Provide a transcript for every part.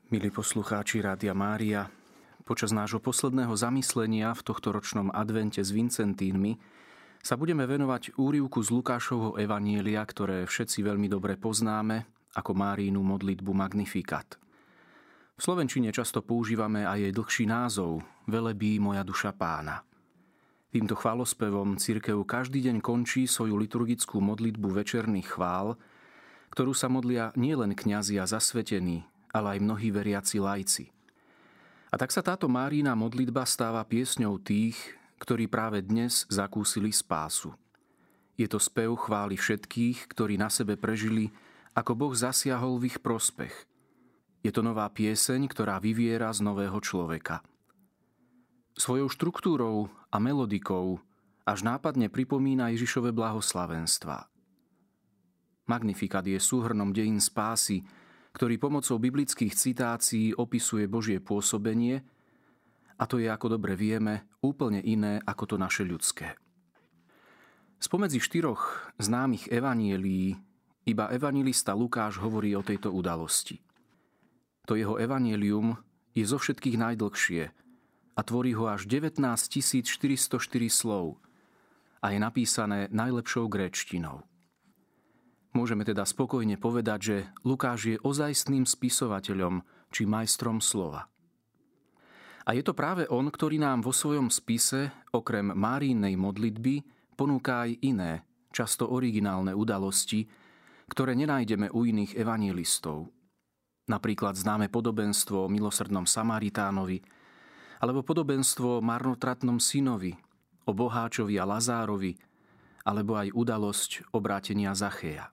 Milí poslucháči Rádia Mária, počas nášho posledného zamyslenia v tohtoročnom advente s Vincentínmi sa budeme venovať úryvku z Lukášovho evanielia, ktoré všetci veľmi dobre poznáme ako Máriinu modlitbu Magnificat. V slovenčine často používame aj jej dlhší názov Velebí moja duša Pána. Týmto chválospevom cirkev každý deň končí svoju liturgickú modlitbu večerných chvál, ktorú sa modlia nielen kňazi a zasvetení, ale aj mnohí veriaci laici. A tak sa táto Máriina modlitba stáva piesňou tých, ktorí práve dnes zakúsili spásu. Je to spev chvály všetkých, ktorí na sebe prežili, ako Boh zasiahol v ich prospech. Je to nová pieseň, ktorá vyviera z nového človeka. Svojou štruktúrou a melodikou až nápadne pripomína Ježišove blahoslavenstvá. Magnificat je súhrnom dejín spásy, ktorý pomocou biblických citácií opisuje Božie pôsobenie, a to je, ako dobre vieme, úplne iné ako to naše ľudské. Spomedzi 4 známych evanielií iba evanjelista Lukáš hovorí o tejto udalosti. To jeho evanielium je zo všetkých najdlhšie a tvorí ho až 19 404 slov a je napísané najlepšou gréčtinou. Môžeme teda spokojne povedať, že Lukáš je ozajstným spisovateľom či majstrom slova. A je to práve on, ktorý nám vo svojom spise, okrem Máriinej modlitby, ponúka aj iné, často originálne udalosti, ktoré nenájdeme u iných evanjelistov. Napríklad známe podobenstvo o milosrdnom Samaritánovi, alebo podobenstvo o marnotratnom synovi, o boháčovi a Lazárovi, alebo aj udalosť obrátenia Zachéja.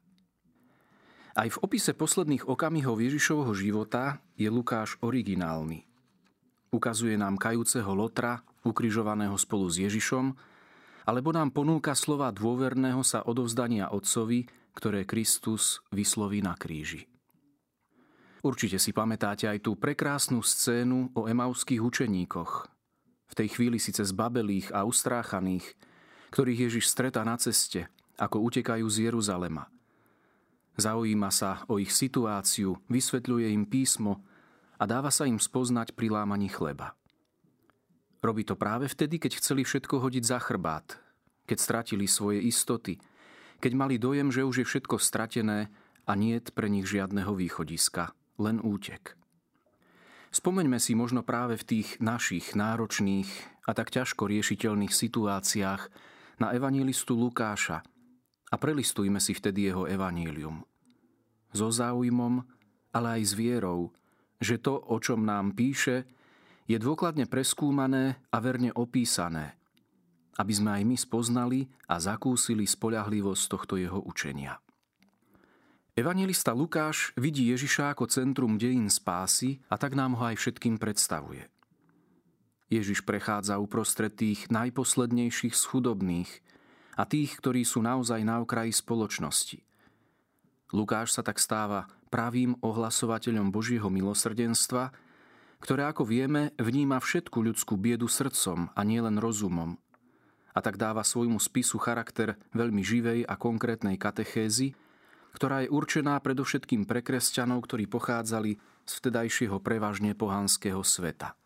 Aj v opise posledných okamihov Ježišovho života je Lukáš originálny. Ukazuje nám kajúceho Lotra, ukrižovaného spolu s Ježišom, alebo nám ponúka slova dôverného sa odovzdania Otcovi, ktoré Kristus vysloví na kríži. Určite si pamätáte aj tú prekrásnu scénu o emauských učeníkoch. V tej chvíli síce zbabelých a ustráchaných, ktorých Ježiš stretá na ceste, ako utekajú z Jeruzalema. Zaujíma sa o ich situáciu, vysvetľuje im písmo a dáva sa im spoznať pri lámaní chleba. Robí to práve vtedy, keď chceli všetko hodiť za chrbát, keď stratili svoje istoty, keď mali dojem, že už je všetko stratené a niet pre nich žiadneho východiska, len útek. Spomeňme si možno práve v tých našich náročných a tak ťažko riešiteľných situáciách na evanjelistu Lukáša, a prelistujme si vtedy jeho evanjelium. So záujmom, ale aj s vierou, že to, o čom nám píše, je dôkladne preskúmané a verne opísané, aby sme aj my spoznali a zakúsili spoľahlivosť tohto jeho učenia. Evanjelista Lukáš vidí Ježiša ako centrum dejín spásy a tak nám ho aj všetkým predstavuje. Ježiš prechádza uprostred tých najposlednejších z chudobných, a tých, ktorí sú naozaj na okraji spoločnosti. Lukáš sa tak stáva pravým ohlasovateľom Božieho milosrdenstva, ktoré, ako vieme, vníma všetku ľudskú biedu srdcom a nielen rozumom. A tak dáva svojmu spisu charakter veľmi živej a konkrétnej katechézy, ktorá je určená predovšetkým pre kresťanov, ktorí pochádzali z vtedajšieho prevažne pohanského sveta.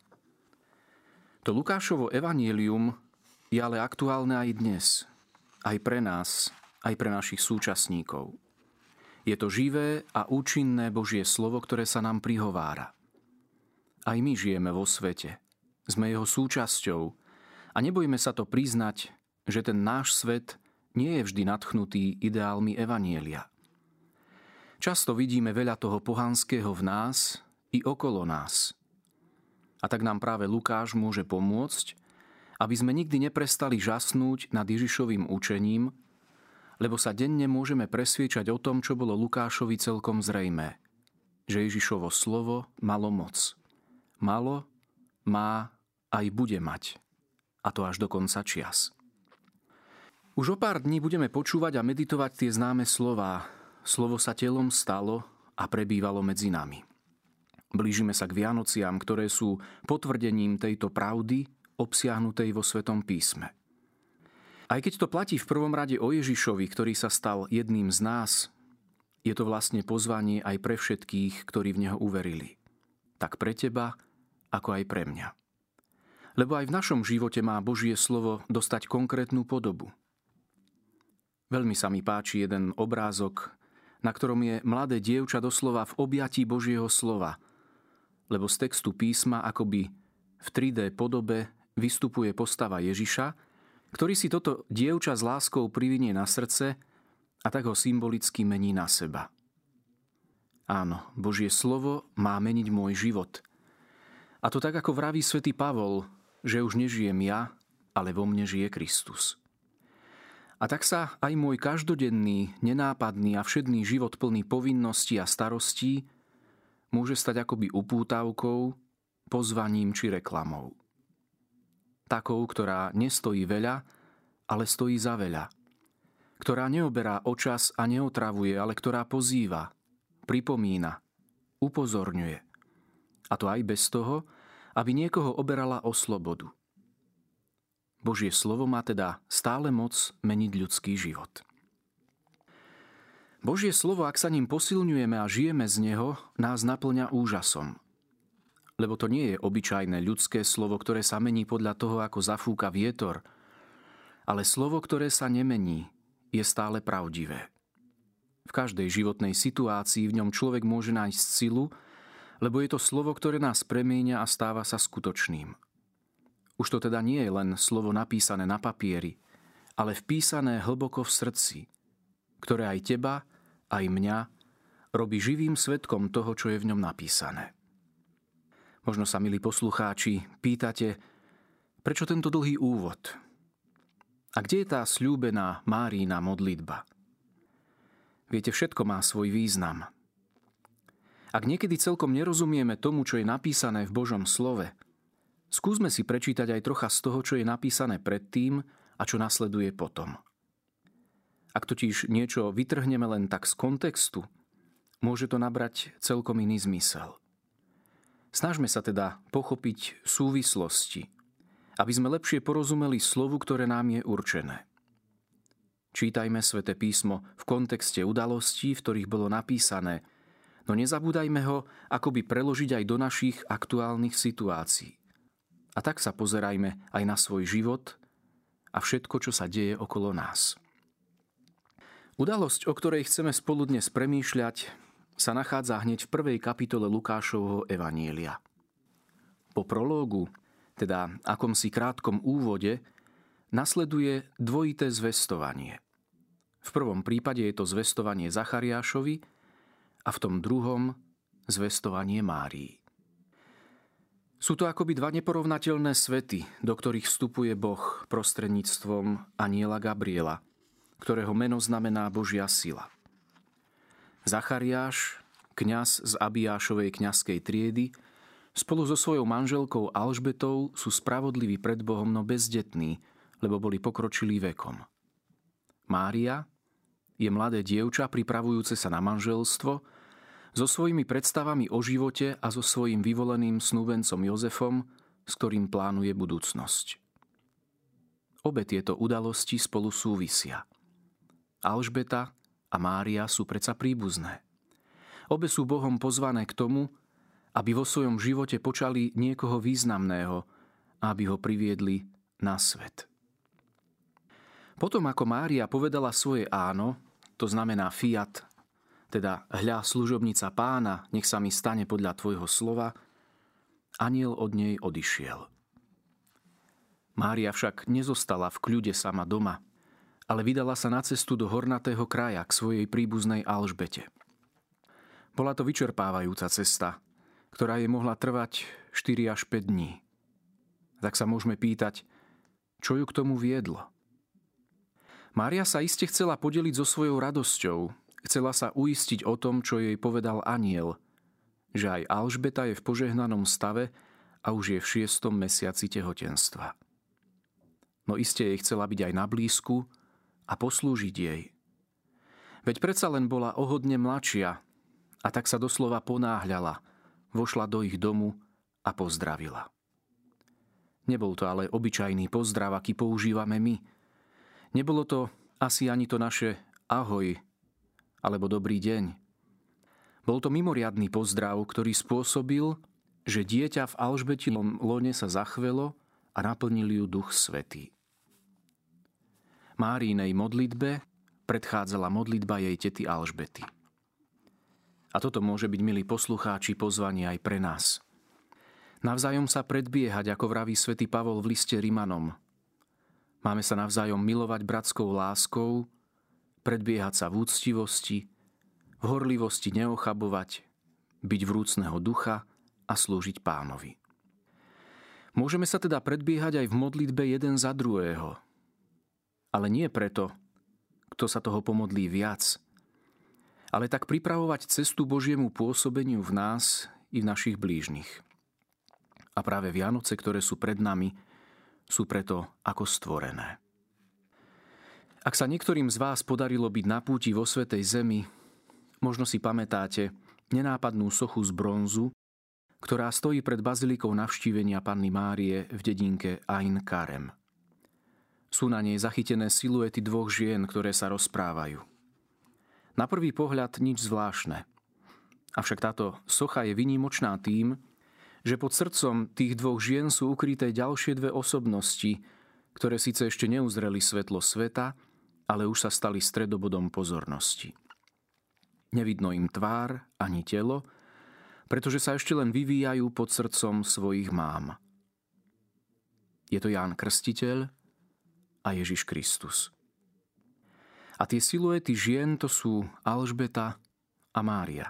To Lukášovo evanjelium je ale aktuálne aj dnes, aj pre nás, aj pre našich súčasníkov. Je to živé a účinné Božie slovo, ktoré sa nám prihovára. Aj my žijeme vo svete, sme jeho súčasťou a nebojme sa to priznať, že ten náš svet nie je vždy nadchnutý ideálmi evanjelia. Často vidíme veľa toho pohanského v nás i okolo nás. A tak nám práve Lukáš môže pomôcť, aby sme nikdy neprestali žasnúť nad Ježišovým učením, lebo sa denne môžeme presviečať o tom, čo bolo Lukášovi celkom zrejmé, že Ježišovo slovo malo moc. Malo, má aj bude mať. A to až do konca čias. Už o pár dní budeme počúvať a meditovať tie známe slová. Slovo sa telom stalo a prebývalo medzi nami. Blížime sa k Vianociam, ktoré sú potvrdením tejto pravdy, obsiahnutej vo Svetom písme. Aj keď to platí v prvom rade o Ježišovi, ktorý sa stal jedným z nás, je to vlastne pozvanie aj pre všetkých, ktorí v Neho uverili. tak pre teba, ako aj pre mňa. Lebo aj v našom živote má Božie slovo dostať konkrétnu podobu. Veľmi sa mi páči jeden obrázok, na ktorom je mladé dievča doslova v objatí Božieho slova, lebo z textu písma akoby v 3D podobe vystupuje postava Ježiša, ktorý si toto dievča s láskou privinie na srdce a tak ho symbolicky mení na seba. Áno, Božie slovo má meniť môj život. A to tak, ako vraví svätý Pavol, že už nežijem ja, ale vo mne žije Kristus. A tak sa aj môj každodenný, nenápadný a všedný život plný povinností a starostí môže stať akoby upútavkou, pozvaním či reklamou. Takou, ktorá nestojí veľa, ale stojí za veľa. Ktorá neoberá o čas a neotravuje, ale ktorá pozýva, pripomína, upozorňuje. A to aj bez toho, aby niekoho oberala o slobodu. Božie slovo má teda stále moc meniť ľudský život. Božie slovo, ak sa ním posilňujeme a žijeme z neho, nás naplňa úžasom. Lebo to nie je obyčajné ľudské slovo, ktoré sa mení podľa toho, ako zafúka vietor, ale slovo, ktoré sa nemení, je stále pravdivé. V každej životnej situácii v ňom človek môže nájsť silu, lebo je to slovo, ktoré nás premieňa a stáva sa skutočným. Už to teda nie je len slovo napísané na papieri, ale vpísané hlboko v srdci, ktoré aj teba, aj mňa robí živým svedkom toho, čo je v ňom napísané. Možno sa, milí poslucháči, pýtate, prečo tento dlhý úvod? A kde je tá sľúbená Máriina modlitba? Viete, všetko má svoj význam. Ak niekedy celkom nerozumieme tomu, čo je napísané v Božom slove, skúsme si prečítať aj trocha z toho, čo je napísané predtým a čo nasleduje potom. Ak totiž niečo vytrhneme len tak z kontextu, môže to nabrať celkom iný zmysel. Snažme sa teda pochopiť súvislosti, aby sme lepšie porozumeli slovu, ktoré nám je určené. Čítajme Sväté písmo v kontexte udalostí, v ktorých bolo napísané, no nezabúdajme ho akoby preložiť aj do našich aktuálnych situácií. A tak sa pozerajme aj na svoj život a všetko, čo sa deje okolo nás. Udalosť, o ktorej chceme spolu dnes premýšľať, sa nachádza hneď v 1. kapitole Lukášovho evanielia. Po prológu, teda akomsi krátkom úvode, nasleduje dvojité zvestovanie. V prvom prípade je to zvestovanie Zachariášovi a v tom druhom zvestovanie Márii. Sú to akoby dva neporovnateľné svety, do ktorých vstupuje Boh prostredníctvom anjela Gabriela, ktorého meno znamená Božia sila. Zachariáš, kňaz z Abiášovej kňazskej triedy, spolu so svojou manželkou Alžbetou sú spravodliví pred Bohom, no bezdetní, lebo boli pokročilí vekom. Mária je mladé dievča pripravujúce sa na manželstvo so svojimi predstavami o živote a so svojím vyvoleným snúbencom Jozefom, s ktorým plánuje budúcnosť. Obe tieto udalosti spolu súvisia. Alžbeta a Mária sú predsa príbuzné. Obe sú Bohom pozvané k tomu, aby vo svojom živote počali niekoho významného a aby ho priviedli na svet. Potom, ako Mária povedala svoje áno, to znamená fiat, teda hľa služobnica Pána, nech sa mi stane podľa tvojho slova, anjel od nej odišiel. Mária však nezostala v kľude sama doma, ale vydala sa na cestu do hornatého kraja k svojej príbuznej Alžbete. Bola to vyčerpávajúca cesta, ktorá jej mohla trvať 4 až 5 dní. Tak sa môžeme pýtať, čo ju k tomu viedlo? Mária sa iste chcela podeliť so svojou radosťou, chcela sa uistiť o tom, čo jej povedal anjel, že aj Alžbeta je v požehnanom stave a už je v 6. mesiaci tehotenstva. No iste jej chcela byť aj na blízku a poslúžiť jej. Veď predsa len bola ohodne mladšia a tak sa doslova ponáhľala, vošla do ich domu a pozdravila. Nebol to ale obyčajný pozdrav, aký používame my. Nebolo to asi ani to naše ahoj alebo dobrý deň. Bol to mimoriadny pozdrav, ktorý spôsobil, že dieťa v Alžbetinom lone sa zachvelo a naplnil ju Duch Svätý. Máriinej modlitbe predchádzala modlitba jej tety Alžbety. A toto môže byť, milí poslucháči, pozvanie aj pre nás. Navzájom sa predbiehať, ako vraví svätý Pavol v liste Rimanom. Máme sa navzájom milovať bratskou láskou, predbiehať sa v úctivosti, v horlivosti neochabovať, byť vrúcneho ducha a slúžiť Pánovi. Môžeme sa teda predbiehať aj v modlitbe jeden za druhého. Ale nie preto, kto sa toho pomodlí viac, ale tak pripravovať cestu Božiemu pôsobeniu v nás i v našich blížnych. A práve Vianoce, ktoré sú pred nami, sú preto ako stvorené. Ak sa niektorým z vás podarilo byť na púti vo Svätej Zemi, možno si pamätáte nenápadnú sochu z bronzu, ktorá stojí pred bazilikou Navštívenia Panny Márie v dedinke Ain Karem. Sú na nej zachytené siluety dvoch žien, ktoré sa rozprávajú. Na prvý pohľad nič zvláštne. Avšak táto socha je výnimočná tým, že pod srdcom tých dvoch žien sú ukryté ďalšie dve osobnosti, ktoré síce ešte neuzreli svetlo sveta, ale už sa stali stredobodom pozornosti. Nevidno im tvár ani telo, pretože sa ešte len vyvíjajú pod srdcom svojich mám. Je to Ján Krstiteľ a Ježiš Kristus. A tie siluety žien to sú Alžbeta a Mária.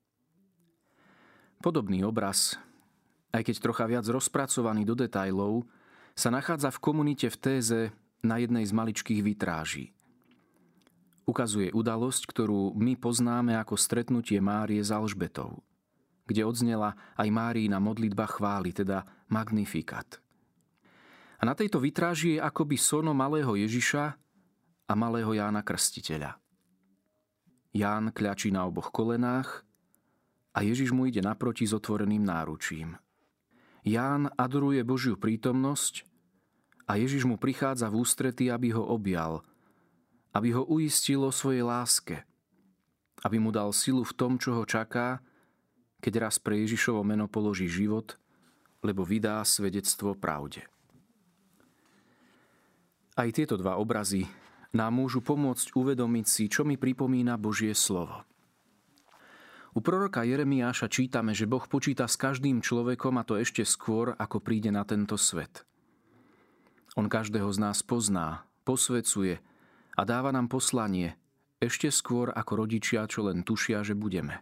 Podobný obraz, aj keď trocha viac rozpracovaný do detailov, sa nachádza v komunite v Téze na jednej z maličkých vitráží. Ukazuje udalosť, ktorú my poznáme ako stretnutie Márie s Alžbetou, kde odznela aj Máriina modlitba chvály, teda Magnificat. A na tejto vitráži je akoby sono malého Ježiša a malého Jána Krstiteľa. Ján kľačí na oboch kolenách a Ježiš mu ide naproti s otvoreným náručím. Ján adoruje Božiu prítomnosť a Ježiš mu prichádza v ústrety, aby ho objal, aby ho uistil o svojej láske, aby mu dal silu v tom, čo ho čaká, keď raz pre Ježišovo meno položí život, lebo vydá svedectvo pravde. Aj tieto dva obrazy nám môžu pomôcť uvedomiť si, čo mi pripomína Božie slovo. U proroka Jeremiáša čítame, že Boh počíta s každým človekom, a to ešte skôr, ako príde na tento svet. On každého z nás pozná, posvecuje a dáva nám poslanie, ešte skôr ako rodičia, čo len tušia, že budeme.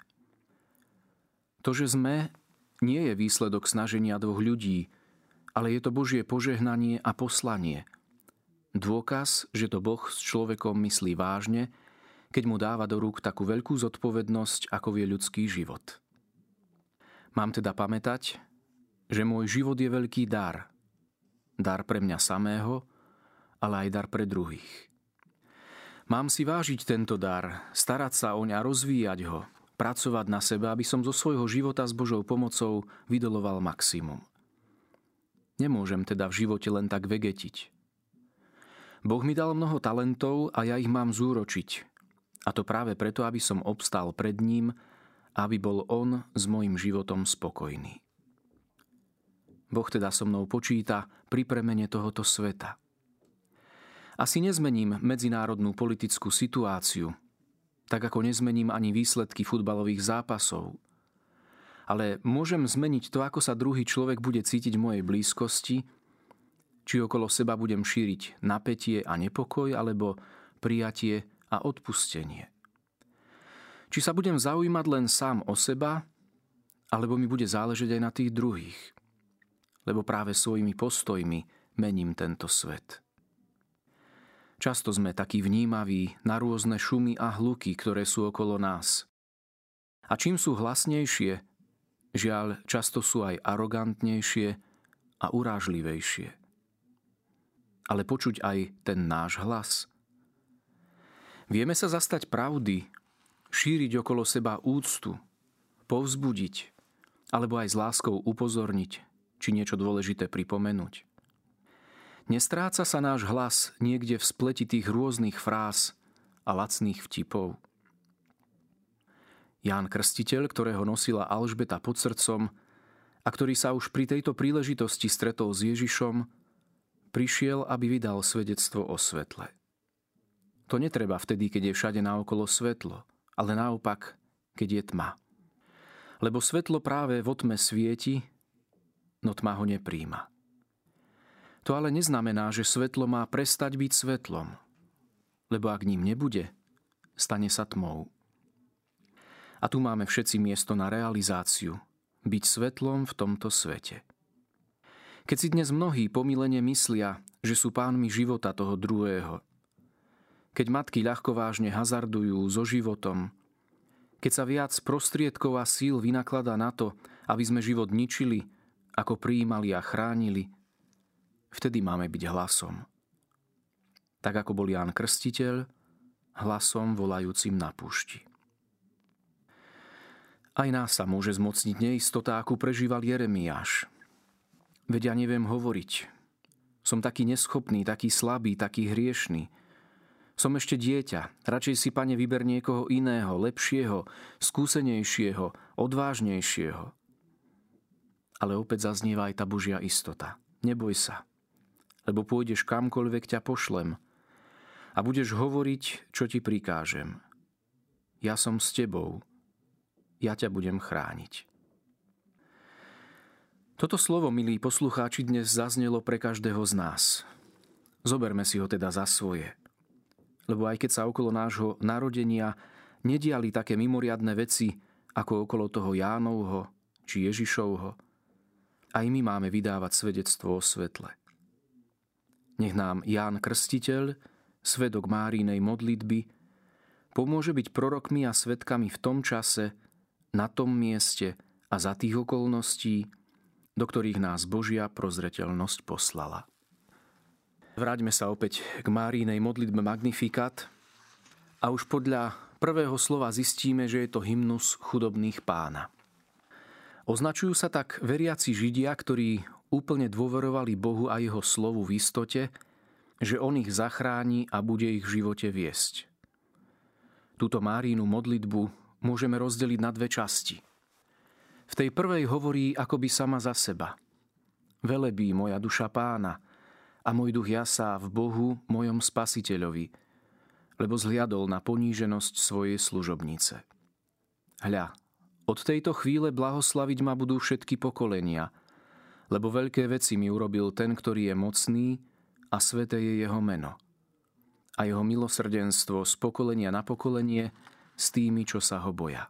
To, že sme, nie je výsledok snaženia dvoch ľudí, ale je to Božie požehnanie a poslanie. Dôkaz, že to Boh s človekom myslí vážne, keď mu dáva do rúk takú veľkú zodpovednosť, ako je ľudský život. Mám teda pamätať, že môj život je veľký dar. Dar pre mňa samého, ale aj dar pre druhých. Mám si vážiť tento dar, starať sa oň a rozvíjať ho, pracovať na sebe, aby som zo svojho života s Božou pomocou vydoloval maximum. Nemôžem teda v živote len tak vegetiť. Boh mi dal mnoho talentov a ja ich mám zúročiť. A to práve preto, aby som obstál pred ním, aby bol on s mojím životom spokojný. Boh teda so mnou počíta pri premene tohoto sveta. Asi nezmením medzinárodnú politickú situáciu, tak ako nezmením ani výsledky futbalových zápasov. Ale môžem zmeniť to, ako sa druhý človek bude cítiť v mojej blízkosti, či okolo seba budem šíriť napätie a nepokoj, alebo prijatie a odpustenie. Či sa budem zaujímať len sám o seba, alebo mi bude záležať aj na tých druhých. Lebo práve svojimi postojmi mením tento svet. Často sme takí vnímaví na rôzne šumy a hluky, ktoré sú okolo nás. A čím sú hlasnejšie, žiaľ, často sú aj arogantnejšie a urážlivejšie. Ale počuť aj ten náš hlas. Vieme sa zastať pravdy, šíriť okolo seba úctu, povzbudiť, alebo aj s láskou upozorniť, či niečo dôležité pripomenúť. Nestráca sa náš hlas niekde v spleti tých rôznych fráz a lacných vtipov. Ján Krstiteľ, ktorého nosila Alžbeta pod srdcom, a ktorý sa už pri tejto príležitosti stretol s Ježišom, prišiel, aby vydal svedectvo o svetle. To netreba vtedy, keď je všade naokolo svetlo, ale naopak, keď je tma. Lebo svetlo práve vo tme svieti, no tma ho nepríjma. To ale neznamená, že svetlo má prestať byť svetlom, lebo ak ním nebude, stane sa tmou. A tu máme všetci miesto na realizáciu, byť svetlom v tomto svete. Keď si dnes mnohí pomylene myslia, že sú pánmi života toho druhého, keď matky ľahkovážne hazardujú so životom, keď sa viac prostriedkov a síl vynakladá na to, aby sme život ničili, ako prijímali a chránili, vtedy máme byť hlasom. Tak ako bol Ján Krstiteľ, hlasom volajúcim na púšti. Aj nás sa môže zmocniť neistota, akú prežíval Jeremiáš. Veď ja neviem hovoriť. Som taký neschopný, taký slabý, taký hriešný. Som ešte dieťa. Radšej si, Pane, vyber niekoho iného, lepšieho, skúsenejšieho, odvážnejšieho. Ale opäť zaznieva aj tá Božia istota. Neboj sa, lebo pôjdeš kamkoľvek ťa pošlem a budeš hovoriť, čo ti prikážem. Ja som s tebou. Ja ťa budem chrániť. Toto slovo, milí poslucháči, dnes zaznelo pre každého z nás. Zoberme si ho teda za svoje. Lebo aj keď sa okolo nášho narodenia nediali také mimoriadne veci, ako okolo toho Jánovho či Ježišovho, aj my máme vydávať svedectvo o svetle. Nech nám Ján Krstiteľ, svedok Márinej modlitby, pomôže byť prorokmi a svedkami v tom čase, na tom mieste a za tých okolností, do ktorých nás Božia prozreteľnosť poslala. Vráťme sa opäť k Márinej modlitbe Magnificat a už podľa prvého slova zistíme, že je to hymnus chudobných Pána. Označujú sa tak veriaci Židia, ktorí úplne dôverovali Bohu a jeho slovu v istote, že on ich zachráni a bude ich v živote viesť. Túto Máriinu modlitbu môžeme rozdeliť na dve časti. V tej prvej hovorí akoby sama za seba. Velebí moja duša Pána a môj duch jasá v Bohu, mojom Spasiteľovi, lebo zhliadol na poníženosť svojej služobnice. Hľa, od tejto chvíle blahoslaviť ma budú všetky pokolenia, lebo veľké veci mi urobil ten, ktorý je mocný a sväté je jeho meno. A jeho milosrdenstvo z pokolenia na pokolenie s tými, čo sa ho boja.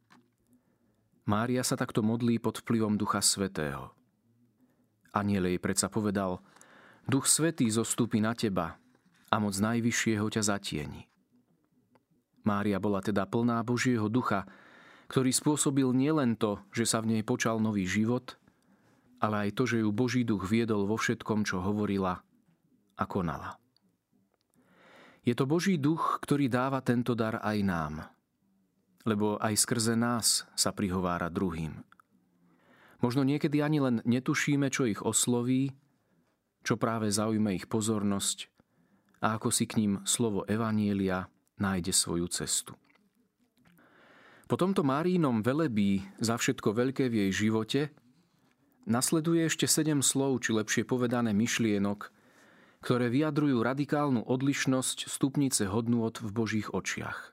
Mária sa takto modlí pod vplyvom Ducha Svätého. Anjel jej predsa povedal: Duch Svätý zostúpi na teba a moc Najvyššieho ťa zatieni. Mária bola teda plná Božieho ducha, ktorý spôsobil nielen to, že sa v nej počal nový život, ale aj to, že ju Boží duch viedol vo všetkom, čo hovorila a konala. Je to Boží duch, ktorý dáva tento dar aj nám, lebo aj skrze nás sa prihovára druhým. Možno niekedy ani len netušíme, čo ich osloví, čo práve zaujme ich pozornosť a ako si k ním slovo Evanjelia nájde svoju cestu. Po tomto Máriinom velebí za všetko veľké v jej živote nasleduje ešte 7 slov, či lepšie povedané myšlienok, ktoré vyjadrujú radikálnu odlišnosť stupnice hodnôt v Božích očiach.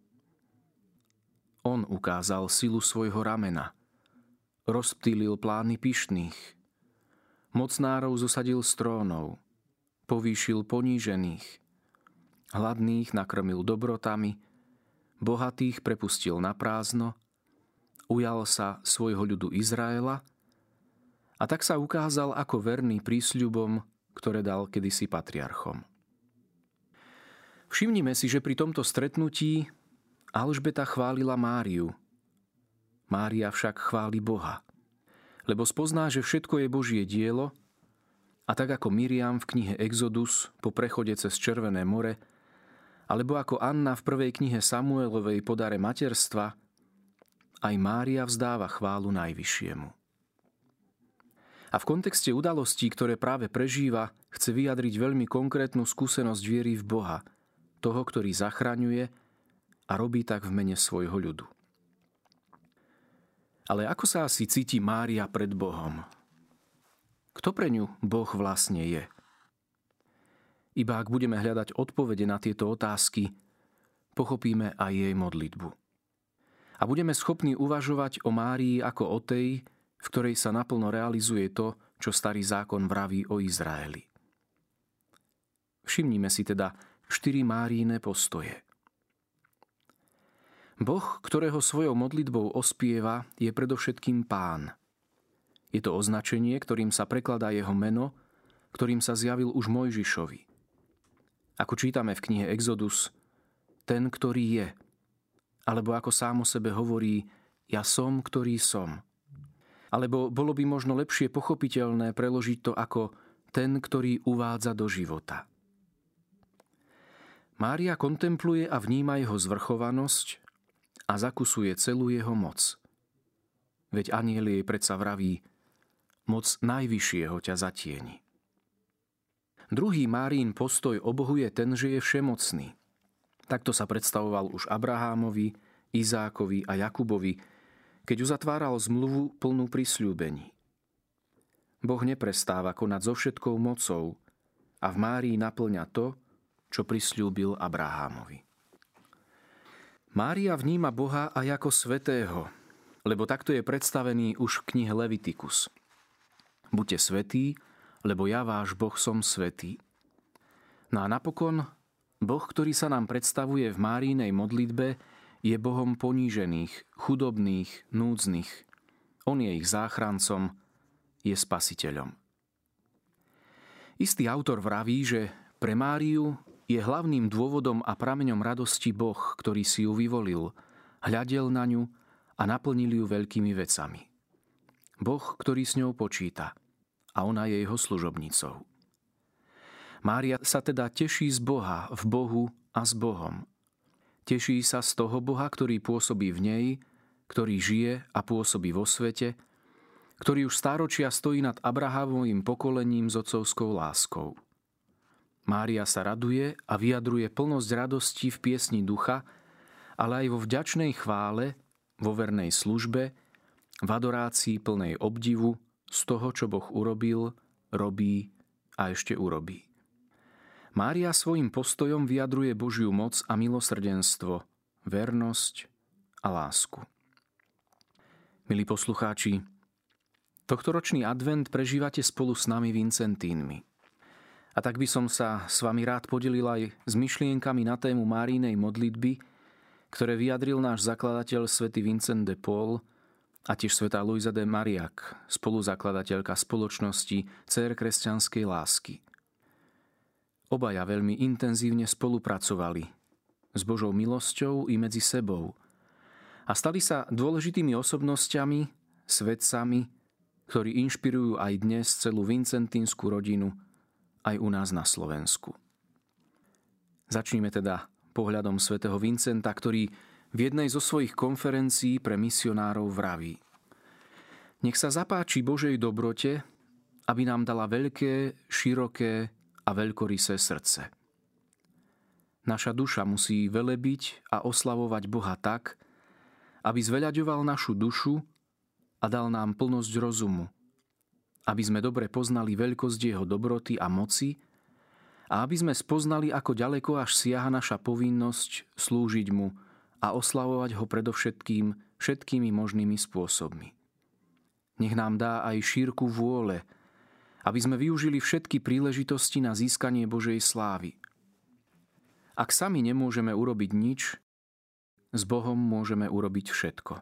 On ukázal silu svojho ramena, rozptýlil plány pyšných, mocnárov zosadil z trónov, povýšil ponížených, hladných nakrmil dobrotami, bohatých prepustil na prázdno, ujal sa svojho ľudu Izraela a tak sa ukázal ako verný prísľubom, ktoré dal kedysi patriarchom. Všimnime si, že pri tomto stretnutí Alžbeta chválila Máriu. Mária však chváli Boha, lebo spozná, že všetko je Božie dielo a tak ako Miriam v knihe Exodus po prechode cez Červené more, alebo ako Anna v prvej knihe Samuelovej po dare materstva, aj Mária vzdáva chválu Najvyššiemu. A v kontexte udalostí, ktoré práve prežíva, chce vyjadriť veľmi konkrétnu skúsenosť viery v Boha, toho, ktorý zachraňuje a robí tak v mene svojho ľudu. Ale ako sa asi cíti Mária pred Bohom? Kto pre ňu Boh vlastne je? Iba ak budeme hľadať odpovede na tieto otázky, pochopíme aj jej modlitbu. A budeme schopní uvažovať o Márii ako o tej, v ktorej sa naplno realizuje to, čo starý zákon vraví o Izraeli. Všimnime si teda 4 Máriine postoje. Boh, ktorého svojou modlitbou ospieva, je predovšetkým Pán. Je to označenie, ktorým sa prekladá jeho meno, ktorým sa zjavil už Mojžišovi. Ako čítame v knihe Exodus, ten, ktorý je. Alebo ako sám o sebe hovorí, ja som, ktorý som. Alebo bolo by možno lepšie pochopiteľné preložiť to ako ten, ktorý uvádza do života. Mária kontempluje a vníma jeho zvrchovanosť a zakusuje celú jeho moc. Veď anjel jej predsa vraví, moc najvyššieho ťa zatieni. Druhý Máriin postoj o Bohu je ten, že je všemocný. Takto sa predstavoval už Abrahámovi, Izákovi a Jakubovi, keď uzatváral zmluvu plnú prisľúbení. Boh neprestáva konať so všetkou mocou a v Márii naplňa to, čo prisľúbil Abrahámovi. Mária vníma Boha aj ako svätého, lebo takto je predstavený už v knihe Levitikus. Buďte svätí, lebo ja váš Boh som svätý. No a napokon, Boh, ktorý sa nám predstavuje v Máriinej modlitbe, je Bohom ponížených, chudobných, núdznych. On je ich záchrancom, je spasiteľom. Istý autor vraví, že pre Máriu je hlavným dôvodom a prameňom radosti Boh, ktorý si ju vyvolil, hľadel na ňu a naplnil ju veľkými vecami. Boh, ktorý s ňou počíta a ona je jeho služobnicou. Mária sa teda teší z Boha v Bohu a s Bohom. Teší sa z toho Boha, ktorý pôsobí v nej, ktorý žije a pôsobí vo svete, ktorý už stáročia stojí nad Abrahámovým pokolením s otcovskou láskou. Mária sa raduje a vyjadruje plnosť radosti v piesni ducha, ale aj vo vďačnej chvále, vo vernej službe, v adorácii plnej obdivu z toho, čo Boh urobil, robí a ešte urobí. Mária svojim postojom vyjadruje Božiu moc a milosrdenstvo, vernosť a lásku. Milí poslucháči, tohtoročný advent prežívate spolu s nami Vincentínmi. A tak by som sa s vami rád podelil aj s myšlienkami na tému Máriinej modlitby, ktoré vyjadril náš zakladateľ svätý Vincent de Paul a tiež svätá Luisa de Marillac, spoluzakladateľka spoločnosti Dcér kresťanskej lásky. Obaja veľmi intenzívne spolupracovali s Božou milosťou i medzi sebou a stali sa dôležitými osobnosťami, svetcami, ktorí inšpirujú aj dnes celú vincentínsku rodinu aj u nás na Slovensku. Začnime teda pohľadom svätého Vincenta, ktorý v jednej zo svojich konferencií pre misionárov vraví: Nech sa zapáči Božej dobrote, aby nám dala veľké, široké a veľkorysé srdce. Naša duša musí velebiť a oslavovať Boha tak, aby zveľaďoval našu dušu a dal nám plnosť rozumu, aby sme dobre poznali veľkosť jeho dobroty a moci a aby sme spoznali, ako ďaleko až siaha naša povinnosť slúžiť mu a oslavovať ho predovšetkým všetkými možnými spôsobmi. Nech nám dá aj šírku vôle, aby sme využili všetky príležitosti na získanie Božej slávy. Ak sami nemôžeme urobiť nič, s Bohom môžeme urobiť všetko.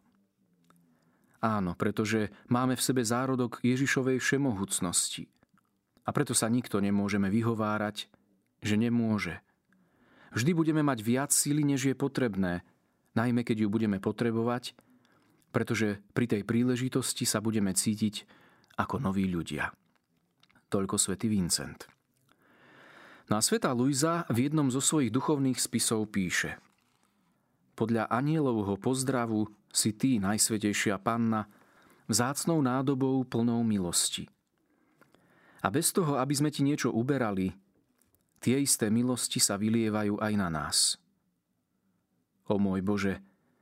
Áno, pretože máme v sebe zárodok Ježišovej všemohúcnosti. A preto sa nikto nemôžeme vyhovárať, že nemôže. Vždy budeme mať viac síly, než je potrebné, najmä keď ju budeme potrebovať, pretože pri tej príležitosti sa budeme cítiť ako noví ľudia. Toľko svätý Vincent. No a svätá Luisa v jednom zo svojich duchovných spisov píše: Podľa anjelovho pozdravu si ty, Najsvätejšia Panna, vzácnou nádobou plnou milosti. A bez toho, aby sme ti niečo uberali, tie isté milosti sa vylievajú aj na nás. O môj Bože,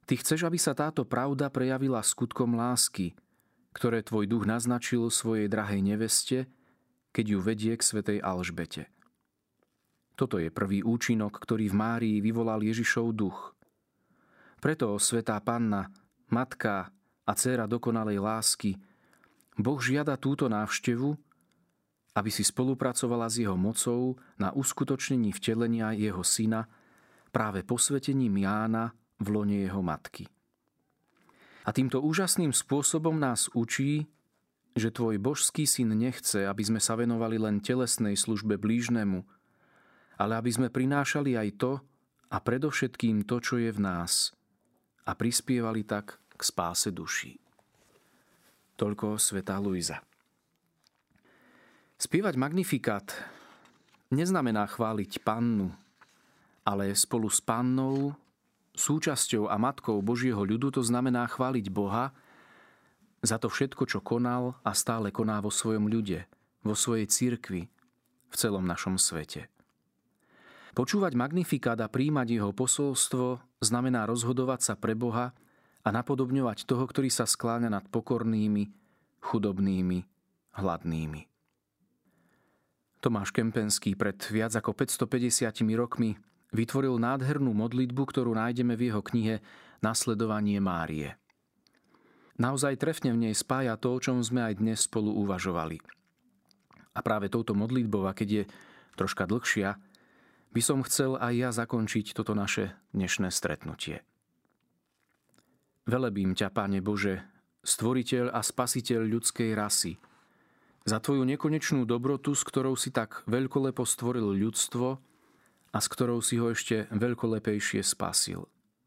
Ty chceš, aby sa táto pravda prejavila skutkom lásky, ktoré tvoj duch naznačil svojej drahej neveste, keď ju vedie k svätej Alžbete. Toto je prvý účinok, ktorý v Márii vyvolal Ježišov duch. Preto, svätá Panna, matka a dcéra dokonalej lásky, Boh žiada túto návštevu, aby si spolupracovala s jeho mocou na uskutočnení vtelenia jeho syna práve posvetením Jána v lone jeho matky. A týmto úžasným spôsobom nás učí, že tvoj božský syn nechce, aby sme sa venovali len telesnej službe blížnemu, ale aby sme prinášali aj to a predovšetkým to, čo je v nás, a prispievali tak k spáse duší. Toľko svätá Luisa. Spievať Magnifikát neznamená chváliť Pannu, ale spolu s Pannou, súčasťou a matkou Božieho ľudu, to znamená chváliť Boha za to všetko, čo konal a stále koná vo svojom ľude, vo svojej cirkvi, v celom našom svete. Počúvať Magnifikát a príjmať jeho posolstvo znamená rozhodovať sa pre Boha a napodobňovať toho, ktorý sa skláňa nad pokornými, chudobnými, hladnými. Tomáš Kempenský pred viac ako 550 rokmi vytvoril nádhernú modlitbu, ktorú nájdeme v jeho knihe Nasledovanie Márie. Naozaj trefne v nej spája to, o čom sme aj dnes spolu uvažovali. A práve touto modlitbou, a keď je troška dlhšia, by som chcel aj ja zakončiť toto naše dnešné stretnutie. Velebím ťa, Pane Bože, stvoriteľ a spasiteľ ľudskej rasy, za tvoju nekonečnú dobrotu, s ktorou si tak veľkolepo stvoril ľudstvo a s ktorou si ho ešte veľkolepejšie spasil.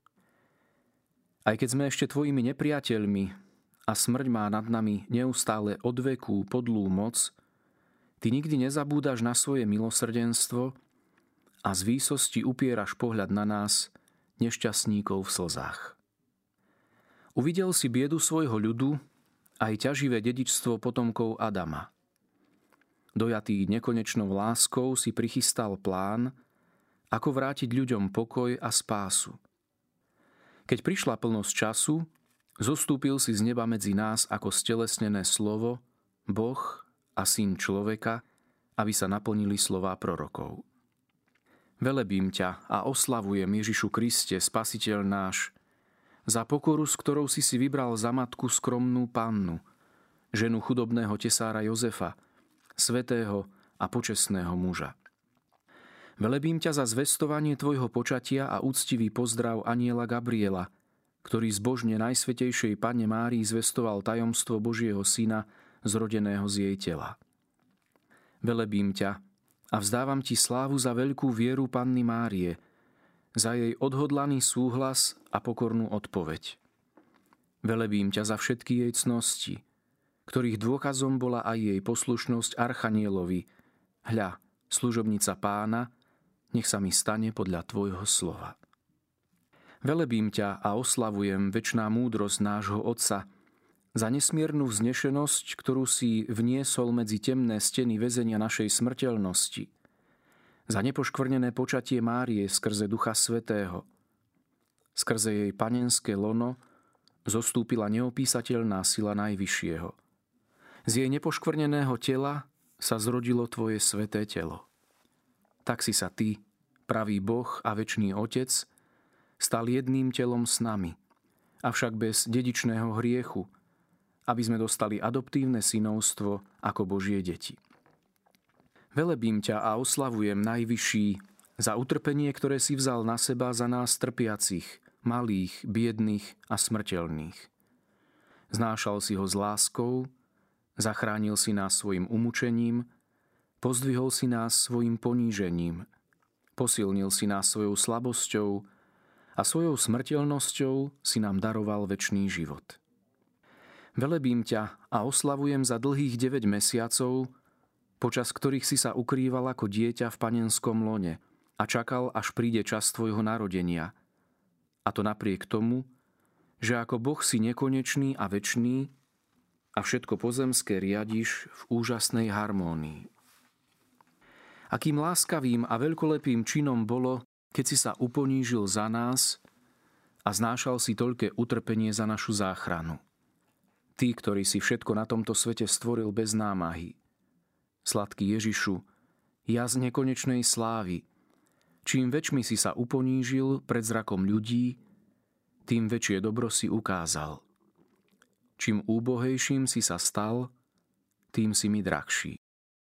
Aj keď sme ešte tvojimi nepriateľmi a smrť má nad nami neustále odvekú podlú moc, ty nikdy nezabúdaš na svoje milosrdenstvo a z výsosti upieraš pohľad na nás, nešťastníkov v slzách. Uvidel si biedu svojho ľudu aj ťaživé dedičstvo potomkov Adama. Dojatý nekonečnou láskou si prichystal plán, ako vrátiť ľuďom pokoj a spásu. Keď prišla plnosť času, zostúpil si z neba medzi nás ako stelesnené slovo, Boh a syn človeka, aby sa naplnili slová prorokov. Velebím ťa a oslavujem, Ježišu Kriste, Spasiteľ náš, za pokoru, s ktorou si vybral za matku skromnú Pannu, ženu chudobného tesára Jozefa, svätého a počestného muža. Velebím ťa za zvestovanie tvojho počatia a úctivý pozdrav anjela Gabriela, ktorý zbožne Najsvätejšej Panne Márii zvestoval tajomstvo Božieho syna, zrodeného z jej tela. Velebím ťa a vzdávam ti slávu za veľkú vieru Panny Márie, za jej odhodlaný súhlas a pokornú odpoveď. Velebím ťa za všetky jej cnosti, ktorých dôkazom bola aj jej poslušnosť Archanielovi. Hľa, služobnica Pána, nech sa mi stane podľa tvojho slova. Velebím ťa a oslavujem večná múdrosť nášho Otca, za nesmiernu vznešenosť, ktorú si vniesol medzi temné steny väzenia našej smrteľnosti, za nepoškvrnené počatie Márie skrze Ducha Svätého. Skrze jej panenské lono zostúpila neopísateľná sila Najvyššieho. Z jej nepoškvrneného tela sa zrodilo tvoje sväté telo. Tak si sa ty, pravý Boh a večný Otec, stal jedným telom s nami, avšak bez dedičného hriechu, aby sme dostali adoptívne synovstvo ako Božie deti. Velebím ťa a oslavujem, Najvyšší, za utrpenie, ktoré si vzal na seba za nás trpiacich, malých, biedných a smrteľných. Znášal si ho s láskou, zachránil si nás svojim umučením, pozdvihol si nás svojim ponížením, posilnil si nás svojou slabosťou a svojou smrteľnosťou si nám daroval večný život. Velebím ťa a oslavujem za dlhých 9 mesiacov, počas ktorých si sa ukrýval ako dieťa v panenskom lone a čakal, až príde čas tvojho narodenia. A to napriek tomu, že ako Boh si nekonečný a večný a všetko pozemské riadiš v úžasnej harmónii. Akým láskavým a veľkolepým činom bolo, keď si sa uponížil za nás a znášal si toľké utrpenie za našu záchranu. Ty, ktorý si všetko na tomto svete stvoril bez námahy. Sladký Ježišu, jaz nekonečnej slávy, čím väčšmi si sa uponížil pred zrakom ľudí, tým väčšie dobro si ukázal. Čím úbohejším si sa stal, tým si mi drahší.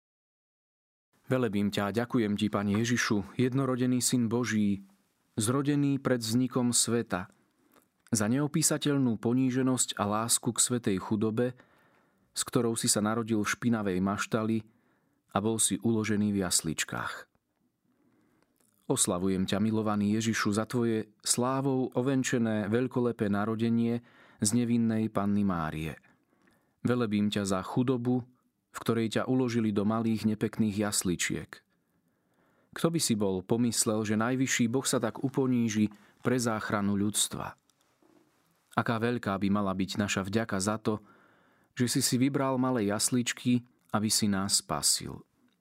Velebím ťa a ďakujem ti, Pane Ježišu, jednorodený Syn Boží, zrodený pred vznikom sveta, za neopísateľnú poníženosť a lásku k svätej chudobe, s ktorou si sa narodil v špinavej maštali a bol si uložený v jasličkách. Oslavujem ťa, milovaný Ježišu, za tvoje slávou ovenčené veľkolepé narodenie z nevinnej Panny Márie. Velebím ťa za chudobu, v ktorej ťa uložili do malých nepekných jasličiek. Kto by si bol pomyslel, že najvyšší Boh sa tak uponíži pre záchranu ľudstva? Aká veľká by mala byť naša vďaka za to, že si vybral malé jasličky, aby si nás spasil.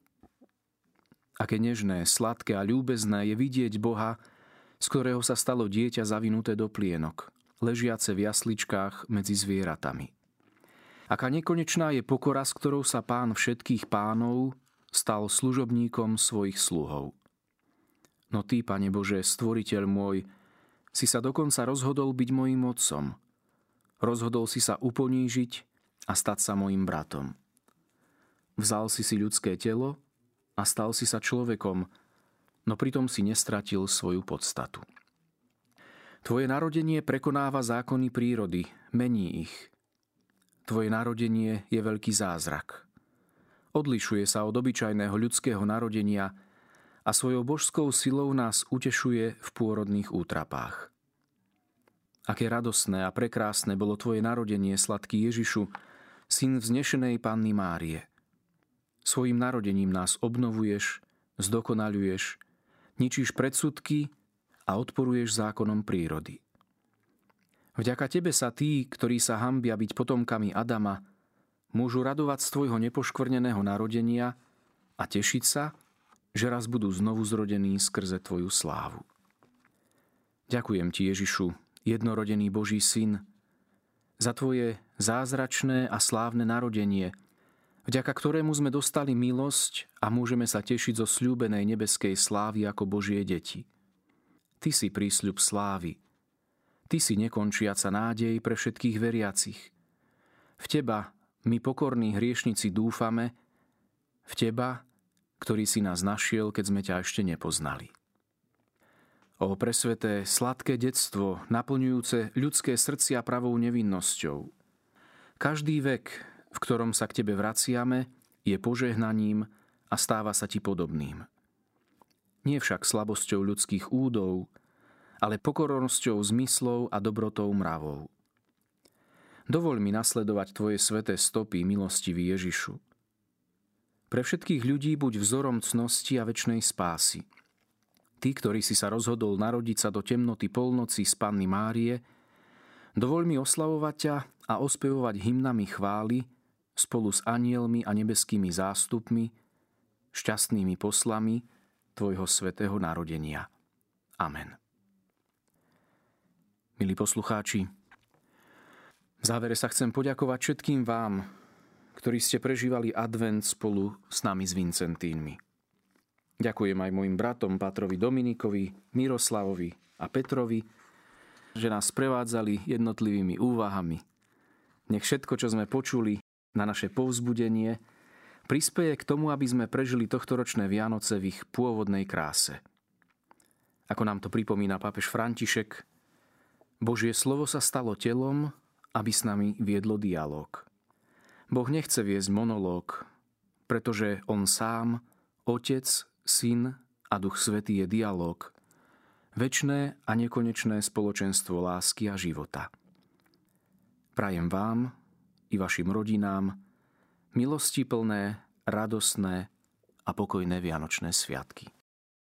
Aké nežné, sladké a ľúbezné je vidieť Boha, z ktorého sa stalo dieťa zavinuté do plienok, ležiace v jasličkách medzi zvieratami. Aká nekonečná je pokora, s ktorou sa Pán všetkých pánov stal služobníkom svojich sluhov. No ty, Pane Bože, stvoriteľ môj, si sa dokonca rozhodol byť mojím otcom. Rozhodol si sa uponížiť a stať sa mojím bratom. Vzal si ľudské telo a stal si sa človekom, no pritom si nestratil svoju podstatu. Tvoje narodenie prekonáva zákony prírody, mení ich. Tvoje narodenie je veľký zázrak. Odlišuje sa od obyčajného ľudského narodenia a svojou božskou silou nás utešuje v pôrodných útrapách. Aké radosné a prekrásne bolo tvoje narodenie, sladký Ježišu, syn vznešenej Panny Márie. Svojím narodením nás obnovuješ, zdokonaľuješ, ničíš predsudky a odporuješ zákonom prírody. Vďaka tebe sa tí, ktorí sa hanbia byť potomkami Adama, môžu radovať z tvojho nepoškvrneného narodenia a tešiť sa, že raz budú znovu zrodení skrze tvoju slávu. Ďakujem ti, Ježišu, jednorodený Boží syn, za tvoje zázračné a slávne narodenie, vďaka ktorému sme dostali milosť a môžeme sa tešiť zo sľúbenej nebeskej slávy ako Božie deti. Ty si prísľub slávy. Ty si nekončiaca nádej pre všetkých veriacich. V teba my pokorní hriešnici dúfame, v teba, ktorý si nás našiel, keď sme ťa ešte nepoznali. Ó presväté, sladké detstvo, naplňujúce ľudské srdcia pravou nevinnosťou. Každý vek, v ktorom sa k tebe vraciame, je požehnaním a stáva sa ti podobným. Nie však slabosťou ľudských údov, ale pokornosťou zmyslov a dobrotou mravov. Dovoľ mi nasledovať tvoje sväté stopy, milostivý Ježišu. Pre všetkých ľudí buď vzorom cnosti a večnej spásy. Ty, ktorý si sa rozhodol narodiť sa do temnoty polnoci z Panny Márie, dovoľ mi oslavovať ťa a ospevovať hymnami chvály spolu s anielmi a nebeskými zástupmi, šťastnými poslami tvojho svätého narodenia. Amen. Milí poslucháči, v závere sa chcem poďakovať všetkým vám, ktorí ste prežívali advent spolu s nami s Vincentínmi. Ďakujem aj mojim bratom Pátrovi Dominikovi, Miroslavovi a Petrovi, že nás prevádzali jednotlivými úvahami. Nech všetko, čo sme počuli na naše povzbudenie, prispeje k tomu, aby sme prežili tohtoročné Vianoce v ich pôvodnej kráse. Ako nám to pripomína pápež František, Božie slovo sa stalo telom, aby s nami viedlo dialóg. Boh nechce viesť monológ, pretože on sám, Otec, Syn a Duch Svätý je dialóg, večné a nekonečné spoločenstvo lásky a života. Prajem vám i vašim rodinám milostiplné, radostné a pokojné vianočné sviatky.